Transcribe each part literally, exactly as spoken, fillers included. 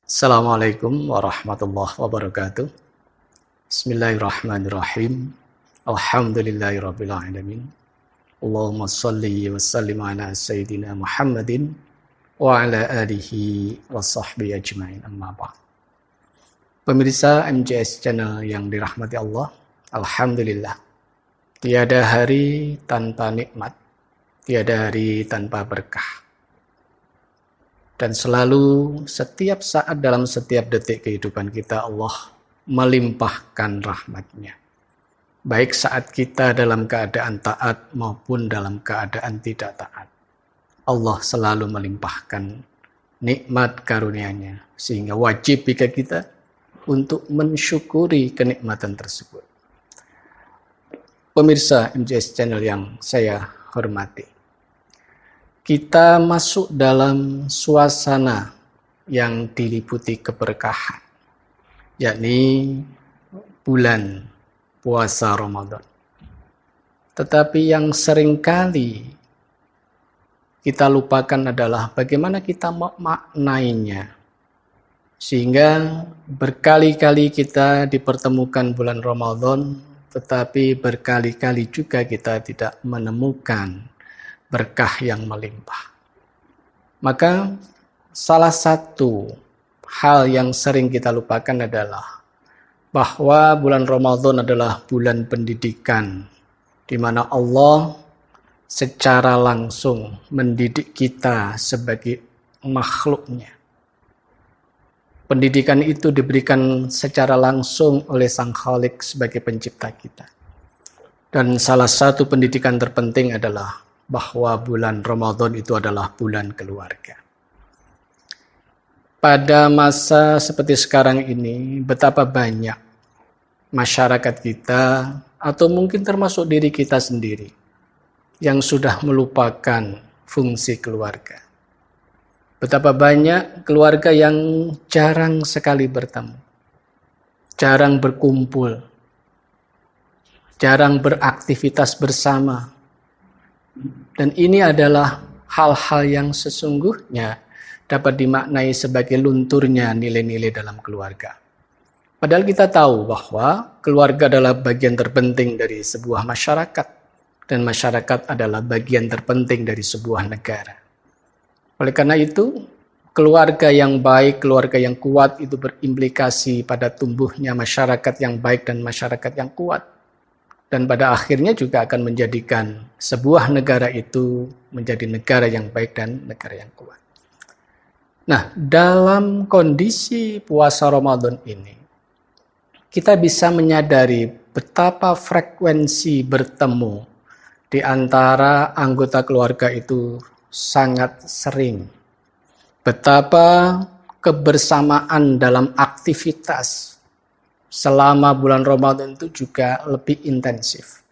Assalamualaikum warahmatullahi wabarakatuh. Bismillahirrahmanirrahim. Alhamdulillahirabbil alamin. Allahumma shalli wa sallim ala sayyidina Muhammadin wa ala alihi wa sahbihi ajmain. Amma ba'd. Pemirsa M J S Channel yang dirahmati Allah, alhamdulillah. Tiada hari tanpa nikmat, tiada hari tanpa berkah. Dan selalu setiap saat dalam setiap detik kehidupan kita Allah melimpahkan rahmat-Nya. Baik saat kita dalam keadaan taat maupun dalam keadaan tidak taat. Allah selalu melimpahkan nikmat karunia-Nya. Sehingga wajib bagi kita untuk mensyukuri kenikmatan tersebut. Pemirsa M J S Channel yang saya hormati. Kita masuk dalam suasana yang diliputi keberkahan, yakni bulan puasa Ramadan. Tetapi yang seringkali kita lupakan adalah bagaimana kita memaknainya. Sehingga berkali-kali kita dipertemukan bulan Ramadan, tetapi berkali-kali juga kita tidak menemukan berkah yang melimpah. Maka salah satu hal yang sering kita lupakan adalah bahwa bulan Ramadan adalah bulan pendidikan, di mana Allah secara langsung mendidik kita sebagai makhluknya. Pendidikan itu diberikan secara langsung oleh Sang Khalik sebagai pencipta kita. Dan salah satu pendidikan terpenting adalah bahwa bulan Ramadan itu adalah bulan keluarga. Pada masa seperti sekarang ini, betapa banyak masyarakat kita, atau mungkin termasuk diri kita sendiri, yang sudah melupakan fungsi keluarga. Betapa banyak keluarga yang jarang sekali bertemu, jarang berkumpul, jarang beraktivitas bersama. Dan ini adalah hal-hal yang sesungguhnya dapat dimaknai sebagai lunturnya nilai-nilai dalam keluarga. Padahal kita tahu bahwa keluarga adalah bagian terpenting dari sebuah masyarakat. Dan masyarakat adalah bagian terpenting dari sebuah negara. Oleh karena itu, keluarga yang baik, keluarga yang kuat itu berimplikasi pada tumbuhnya masyarakat yang baik dan masyarakat yang kuat. Dan pada akhirnya juga akan menjadikan sebuah negara itu menjadi negara yang baik dan negara yang kuat. Nah, dalam kondisi puasa Ramadan ini, kita bisa menyadari betapa frekuensi bertemu di antara anggota keluarga itu sangat sering. Betapa kebersamaan dalam aktivitas selama bulan Ramadan itu juga lebih intensif.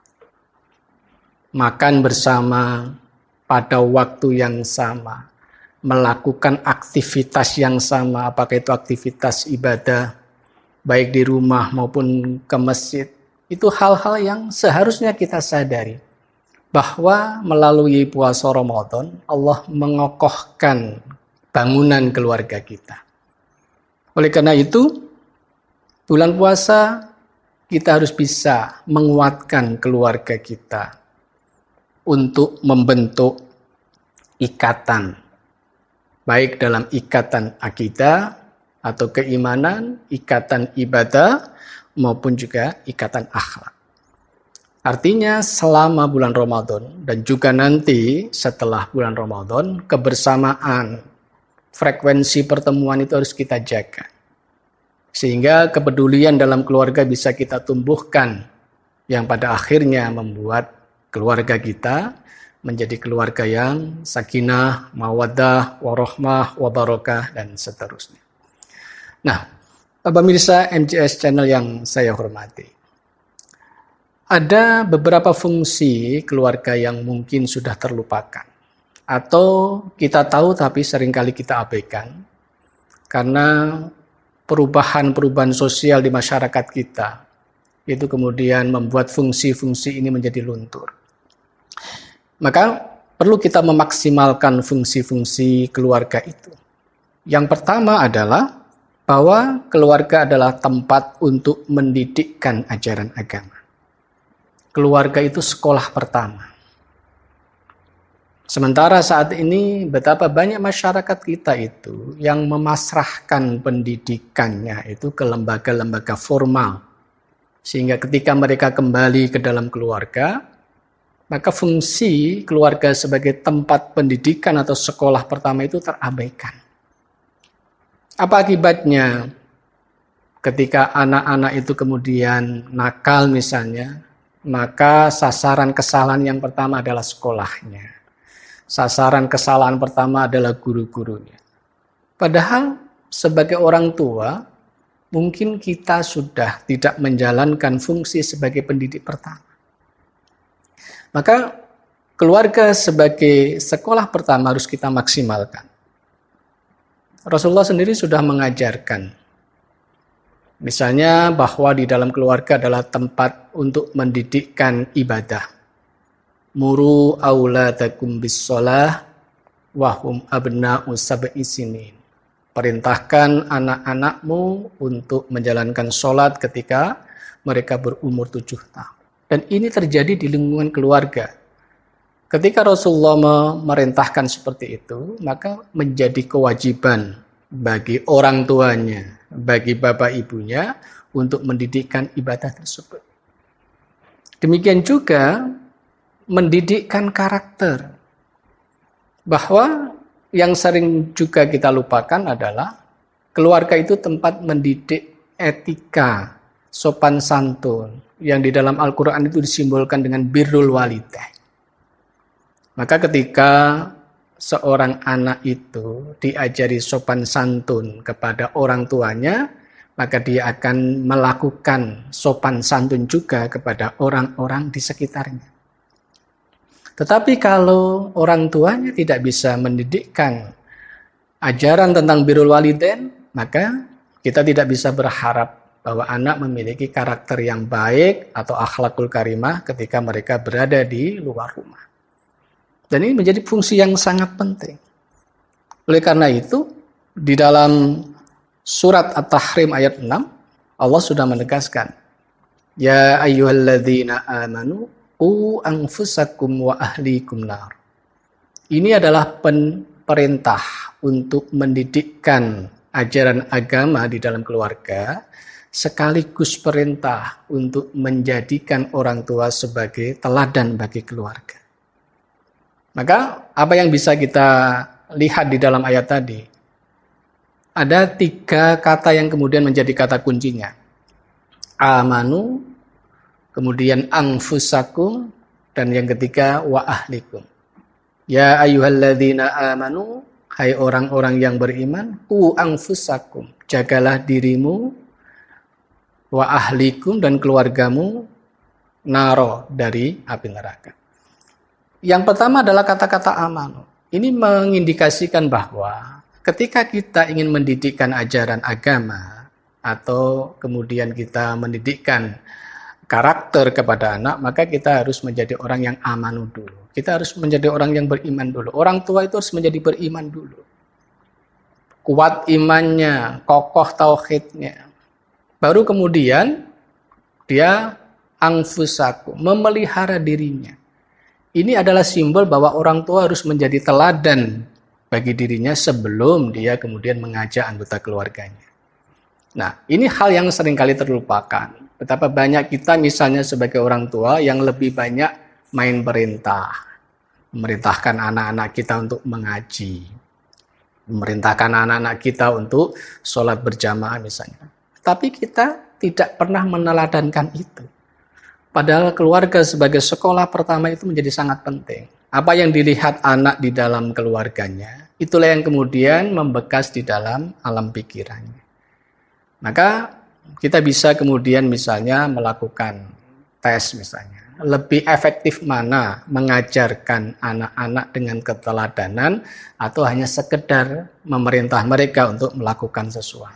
Makan bersama pada waktu yang sama, melakukan aktivitas yang sama, apakah itu aktivitas ibadah, baik di rumah maupun ke masjid. Itu hal-hal yang seharusnya kita sadari, bahwa melalui puasa Ramadan, Allah mengokohkan bangunan keluarga kita. Oleh karena itu, bulan puasa kita harus bisa menguatkan keluarga kita untuk membentuk ikatan. Baik dalam ikatan akidah atau keimanan, ikatan ibadah, maupun juga ikatan akhlak. Artinya selama bulan Ramadan dan juga nanti setelah bulan Ramadan, kebersamaan, frekuensi pertemuan itu harus kita jaga. Sehingga kepedulian dalam keluarga bisa kita tumbuhkan yang pada akhirnya membuat keluarga kita menjadi keluarga yang sakinah, mawaddah, warahmah, wabarakah, dan seterusnya. Nah, pemirsa M J S Channel yang saya hormati. Ada beberapa fungsi keluarga yang mungkin sudah terlupakan. Atau kita tahu tapi seringkali kita abaikan. Karena perubahan-perubahan sosial di masyarakat kita itu kemudian membuat fungsi-fungsi ini menjadi luntur. Maka perlu kita memaksimalkan fungsi-fungsi keluarga itu. Yang pertama adalah bahwa keluarga adalah tempat untuk mendidikkan ajaran agama. Keluarga itu sekolah pertama. Sementara saat ini betapa banyak masyarakat kita itu yang memasrahkan pendidikannya itu ke lembaga-lembaga formal. Sehingga ketika mereka kembali ke dalam keluarga, maka fungsi keluarga sebagai tempat pendidikan atau sekolah pertama itu terabaikan. Apa akibatnya? Ketika anak-anak itu kemudian nakal misalnya, maka sasaran kesalahan yang pertama adalah sekolahnya. Sasaran kesalahan pertama adalah guru-gurunya. Padahal sebagai orang tua, mungkin kita sudah tidak menjalankan fungsi sebagai pendidik pertama. Maka keluarga sebagai sekolah pertama harus kita maksimalkan. Rasulullah sendiri sudah mengajarkan, misalnya bahwa di dalam keluarga adalah tempat untuk mendidikkan ibadah. Muru auladakum bis-shalah wa hum abna'u sab'i sinin. Perintahkan anak-anakmu untuk menjalankan sholat ketika mereka berumur tujuh tahun. Dan ini terjadi di lingkungan keluarga. Ketika Rasulullah memerintahkan seperti itu, maka menjadi kewajiban bagi orang tuanya, bagi bapak ibunya untuk mendidikkan ibadah tersebut. Demikian juga mendidikkan karakter. Bahwa yang sering juga kita lupakan adalah keluarga itu tempat mendidik etika, sopan santun, yang di dalam Al-Quran itu disimbolkan dengan birrul walidain. Maka ketika seorang anak itu diajari sopan santun kepada orang tuanya, maka dia akan melakukan sopan santun juga kepada orang-orang di sekitarnya. Tetapi kalau orang tuanya tidak bisa mendidikkan ajaran tentang birrul walidain, maka kita tidak bisa berharap bahwa anak memiliki karakter yang baik atau akhlakul karimah ketika mereka berada di luar rumah. Dan ini menjadi fungsi yang sangat penting. Oleh karena itu, di dalam surat At-Tahrim ayat enam, Allah sudah menegaskan, Ya ayyuhalladzina amanu, qu anfusakum wa ahlikum nar. Ini adalah perintah untuk mendidikkan ajaran agama di dalam keluarga, sekaligus perintah untuk menjadikan orang tua sebagai teladan bagi keluarga. Maka apa yang bisa kita lihat di dalam ayat tadi? Ada tiga kata yang kemudian menjadi kata kuncinya. Amanu, kemudian anfusakum, dan yang ketiga wa ahlikum. Ya ayyuhalladzina amanu, hai orang-orang yang beriman, qu anfusakum, jagalah dirimu, wa ahlikum, dan keluargamu, naro, dari api neraka. Yang pertama adalah kata-kata amanu. Ini mengindikasikan bahwa ketika kita ingin mendidikkan ajaran agama atau kemudian kita mendidikkan karakter kepada anak, maka kita harus menjadi orang yang amanu dulu. Kita harus menjadi orang yang beriman dulu. Orang tua itu harus menjadi beriman dulu. Kuat imannya, kokoh tauhidnya. Baru kemudian dia anfusaku, memelihara dirinya. Ini adalah simbol bahwa orang tua harus menjadi teladan bagi dirinya sebelum dia kemudian mengajak anggota keluarganya. Nah, ini hal yang seringkali terlupakan. Betapa banyak kita misalnya sebagai orang tua yang lebih banyak main perintah. Memerintahkan anak-anak kita untuk mengaji. Memerintahkan anak-anak kita untuk sholat berjamaah misalnya. Tapi kita tidak pernah meneladankan itu. Padahal keluarga sebagai sekolah pertama itu menjadi sangat penting. Apa yang dilihat anak di dalam keluarganya, itulah yang kemudian membekas di dalam alam pikirannya. Maka kita bisa kemudian misalnya melakukan tes misalnya. Lebih efektif mana mengajarkan anak-anak dengan keteladanan atau hanya sekedar memerintah mereka untuk melakukan sesuatu.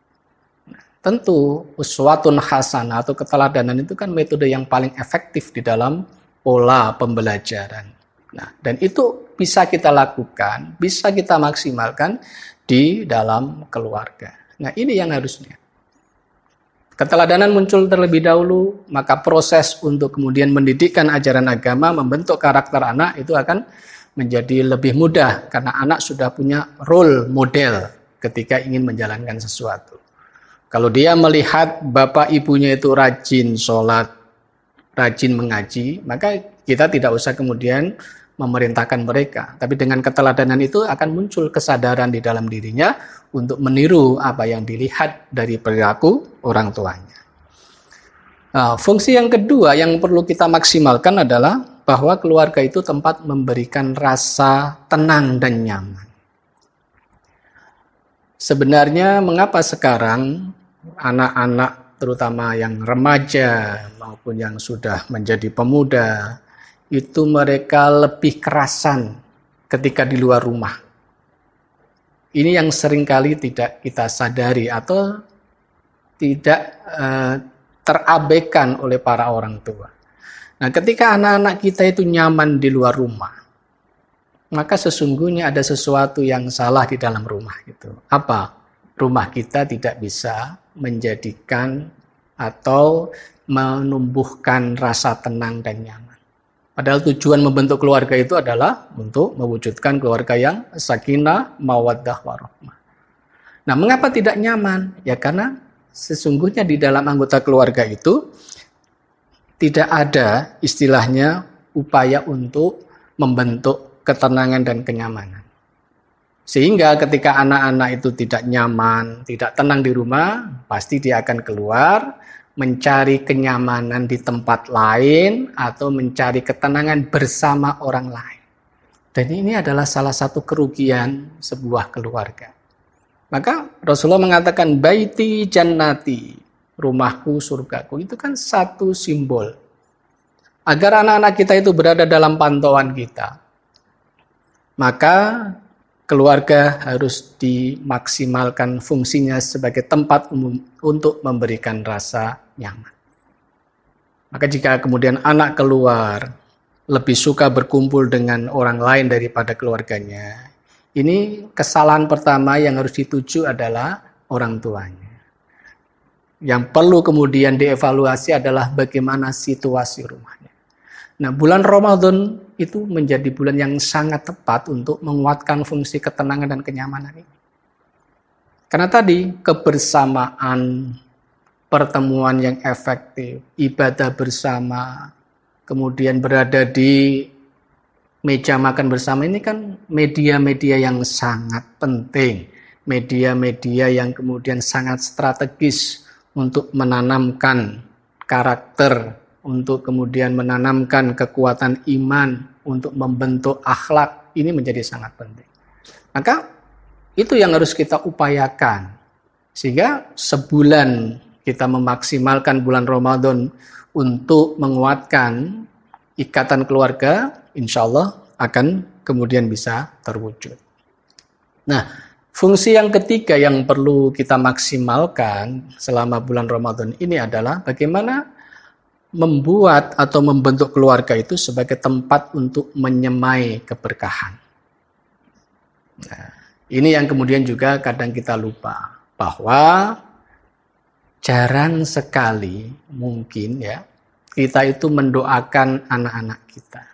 Tentu uswatun hasanah atau keteladanan itu kan metode yang paling efektif di dalam pola pembelajaran. Nah, dan itu bisa kita lakukan, bisa kita maksimalkan di dalam keluarga. Nah, ini yang harusnya. Keteladanan muncul terlebih dahulu, maka proses untuk kemudian mendidikkan ajaran agama, membentuk karakter anak itu akan menjadi lebih mudah karena anak sudah punya role model ketika ingin menjalankan sesuatu. Kalau dia melihat bapak ibunya itu rajin sholat, rajin mengaji, maka kita tidak usah kemudian memerintahkan mereka. Tapi dengan keteladanan itu akan muncul kesadaran di dalam dirinya untuk meniru apa yang dilihat dari perilaku orang tuanya. Nah, fungsi yang kedua yang perlu kita maksimalkan adalah bahwa keluarga itu tempat memberikan rasa tenang dan nyaman. Sebenarnya mengapa sekarang anak-anak terutama yang remaja maupun yang sudah menjadi pemuda itu mereka lebih kerasan ketika di luar rumah. Ini yang seringkali tidak kita sadari atau tidak eh, terabaikan oleh para orang tua. Nah, ketika anak-anak kita itu nyaman di luar rumah, maka sesungguhnya ada sesuatu yang salah di dalam rumah itu. Apa? Rumah kita tidak bisa menjadikan atau menumbuhkan rasa tenang dan nyaman. Padahal tujuan membentuk keluarga itu adalah untuk mewujudkan keluarga yang sakinah, mawaddah, warahmah. Nah, mengapa tidak nyaman? Ya karena sesungguhnya di dalam anggota keluarga itu tidak ada istilahnya upaya untuk membentuk ketenangan dan kenyamanan. Sehingga ketika anak-anak itu tidak nyaman, tidak tenang di rumah, pasti dia akan keluar mencari kenyamanan di tempat lain atau mencari ketenangan bersama orang lain. Dan ini adalah salah satu kerugian sebuah keluarga. Maka Rasulullah mengatakan baiti jannati, rumahku surgaku. Itu kan satu simbol agar anak-anak kita itu berada dalam pantauan kita. Maka keluarga harus dimaksimalkan fungsinya sebagai tempat umum untuk memberikan rasa nyaman. Maka jika kemudian anak keluar lebih suka berkumpul dengan orang lain daripada keluarganya, ini kesalahan pertama yang harus dituju adalah orang tuanya. Yang perlu kemudian dievaluasi adalah bagaimana situasi rumahnya. Nah, bulan Ramadan itu menjadi bulan yang sangat tepat untuk menguatkan fungsi ketenangan dan kenyamanan ini. Karena tadi kebersamaan, pertemuan yang efektif, ibadah bersama, kemudian berada di meja makan bersama ini kan media-media yang sangat penting. Media-media yang kemudian sangat strategis untuk menanamkan karakter, untuk kemudian menanamkan kekuatan iman, untuk membentuk akhlak, ini menjadi sangat penting. Maka itu yang harus kita upayakan. Sehingga sebulan kita memaksimalkan bulan Ramadan untuk menguatkan ikatan keluarga, insya Allah akan kemudian bisa terwujud. Nah, fungsi yang ketiga yang perlu kita maksimalkan selama bulan Ramadan ini adalah bagaimana membuat atau membentuk keluarga itu sebagai tempat untuk menyemai keberkahan. Nah, ini yang kemudian juga kadang kita lupa bahwa jarang sekali mungkin ya kita itu mendoakan anak-anak kita.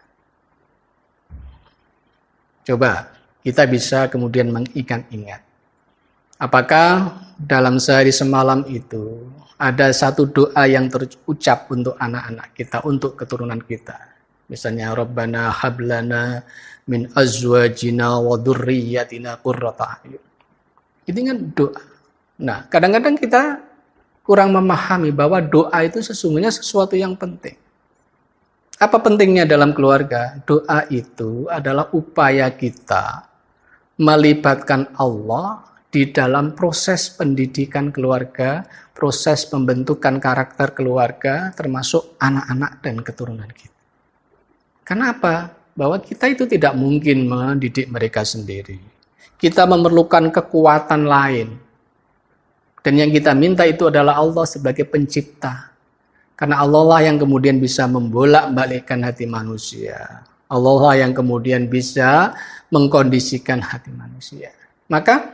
Coba kita bisa kemudian mengingat-ingat. Apakah dalam sehari semalam itu ada satu doa yang terucap untuk anak-anak kita, untuk keturunan kita? Misalnya, Rabbana hablana min azwajina wa dzurriyyatina qurrata a'yun. Itu kan doa. Nah, kadang-kadang kita kurang memahami bahwa doa itu sesungguhnya sesuatu yang penting. Apa pentingnya dalam keluarga? Doa itu adalah upaya kita melibatkan Allah di dalam proses pendidikan keluarga, proses pembentukan karakter keluarga, termasuk anak-anak dan keturunan kita. Kenapa? Bahwa kita itu tidak mungkin mendidik mereka sendiri. Kita memerlukan kekuatan lain. Dan yang kita minta itu adalah Allah sebagai pencipta. Karena Allah lah yang kemudian bisa membolak-balikkan hati manusia. Allah lah yang kemudian bisa mengkondisikan hati manusia. Maka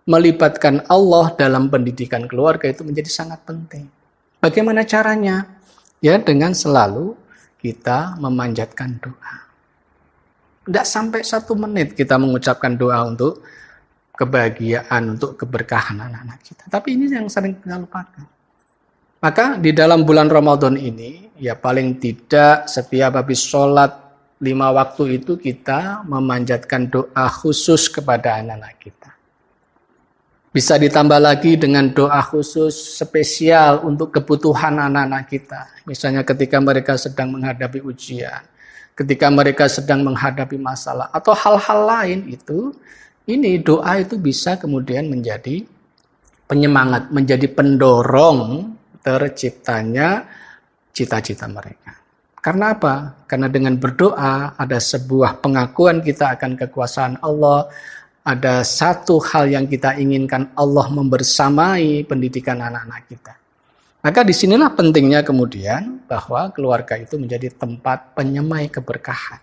melibatkan Allah dalam pendidikan keluarga itu menjadi sangat penting. Bagaimana caranya? Ya, dengan selalu kita memanjatkan doa. Tidak sampai satu menit kita mengucapkan doa untuk kebahagiaan, untuk keberkahan anak-anak kita. Tapi ini yang sering kita lupakan. Maka di dalam bulan Ramadan ini, ya paling tidak setiap habis sholat lima waktu itu kita memanjatkan doa khusus kepada anak-anak kita. Bisa ditambah lagi dengan doa khusus spesial untuk kebutuhan anak-anak kita. Misalnya ketika mereka sedang menghadapi ujian, ketika mereka sedang menghadapi masalah, atau hal-hal lain itu, ini doa itu bisa kemudian menjadi penyemangat, menjadi pendorong terciptanya cita-cita mereka. Karena apa? Karena dengan berdoa ada sebuah pengakuan kita akan kekuasaan Allah, ada satu hal yang kita inginkan Allah membersamai pendidikan anak-anak kita. Maka disinilah pentingnya kemudian bahwa keluarga itu menjadi tempat penyemai keberkahan.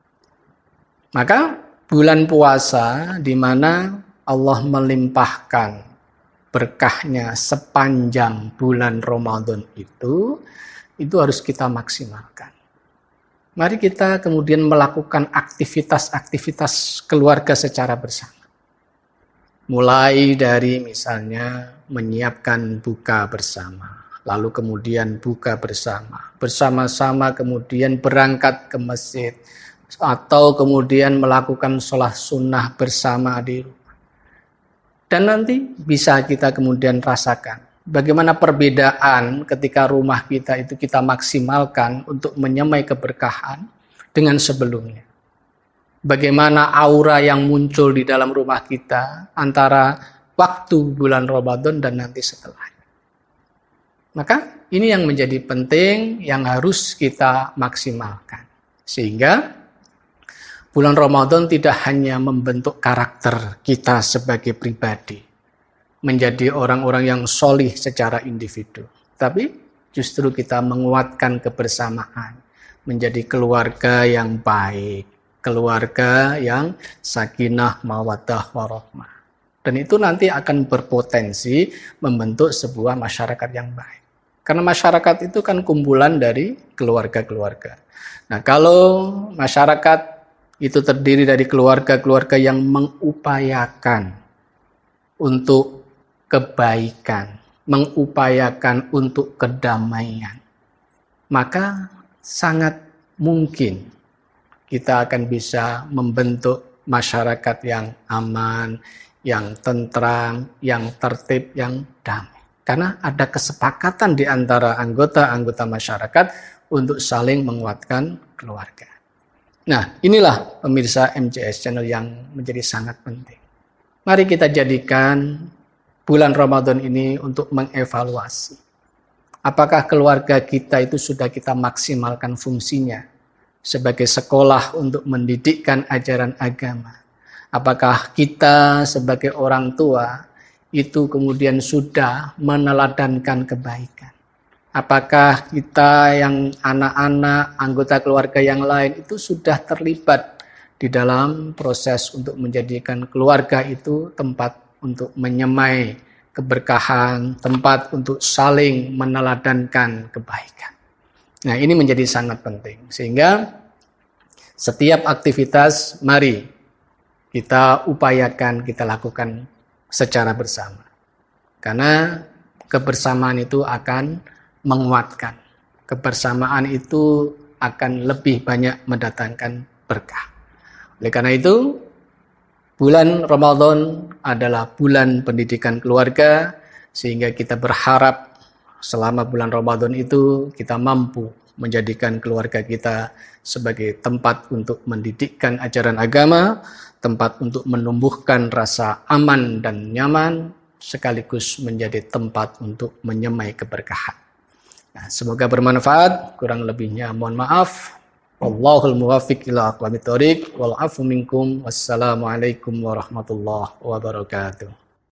Maka bulan puasa di mana Allah melimpahkan berkahnya sepanjang bulan Ramadan itu, itu harus kita maksimalkan. Mari kita kemudian melakukan aktivitas-aktivitas keluarga secara bersama. Mulai dari misalnya menyiapkan buka bersama, lalu kemudian buka bersama, bersama-sama kemudian berangkat ke masjid, atau kemudian melakukan sholat sunnah bersama di rumah. Dan nanti bisa kita kemudian rasakan bagaimana perbedaan ketika rumah kita itu kita maksimalkan untuk menyemai keberkahan dengan sebelumnya. Bagaimana aura yang muncul di dalam rumah kita antara waktu bulan Ramadan dan nanti setelahnya. Maka ini yang menjadi penting yang harus kita maksimalkan. Sehingga bulan Ramadan tidak hanya membentuk karakter kita sebagai pribadi, menjadi orang-orang yang solih secara individu. Tapi justru kita menguatkan kebersamaan, menjadi keluarga yang baik, keluarga yang sakinah, mawaddah, warahmah. Dan itu nanti akan berpotensi membentuk sebuah masyarakat yang baik. Karena masyarakat itu kan kumpulan dari keluarga-keluarga. Nah, kalau masyarakat itu terdiri dari keluarga-keluarga yang mengupayakan untuk kebaikan, mengupayakan untuk kedamaian, maka sangat mungkin kita akan bisa membentuk masyarakat yang aman, yang tentram, yang tertib, yang damai. Karena ada kesepakatan di antara anggota-anggota masyarakat untuk saling menguatkan keluarga. Nah, inilah pemirsa M C S Channel yang menjadi sangat penting. Mari kita jadikan bulan Ramadan ini untuk mengevaluasi. Apakah keluarga kita itu sudah kita maksimalkan fungsinya sebagai sekolah untuk mendidikkan ajaran agama? Apakah kita sebagai orang tua itu kemudian sudah meneladankan kebaikan? Apakah kita yang anak-anak, anggota keluarga yang lain itu sudah terlibat di dalam proses untuk menjadikan keluarga itu tempat untuk menyemai keberkahan, tempat untuk saling meneladankan kebaikan. Nah, ini menjadi sangat penting. Sehingga setiap aktivitas mari kita upayakan, kita lakukan secara bersama. Karena kebersamaan itu akan menguatkan. Kebersamaan itu akan lebih banyak mendatangkan berkah. Oleh karena itu, bulan Ramadan adalah bulan pendidikan keluarga, sehingga kita berharap selama bulan Ramadan itu kita mampu menjadikan keluarga kita sebagai tempat untuk mendidikkan ajaran agama, tempat untuk menumbuhkan rasa aman dan nyaman, sekaligus menjadi tempat untuk menyemai keberkahan. Nah, semoga bermanfaat, kurang lebihnya mohon maaf. Wallahul muwaffiq ila aqwamit thoriq wal afu minkum. Wassalamualaikum warahmatullahi wabarakatuh.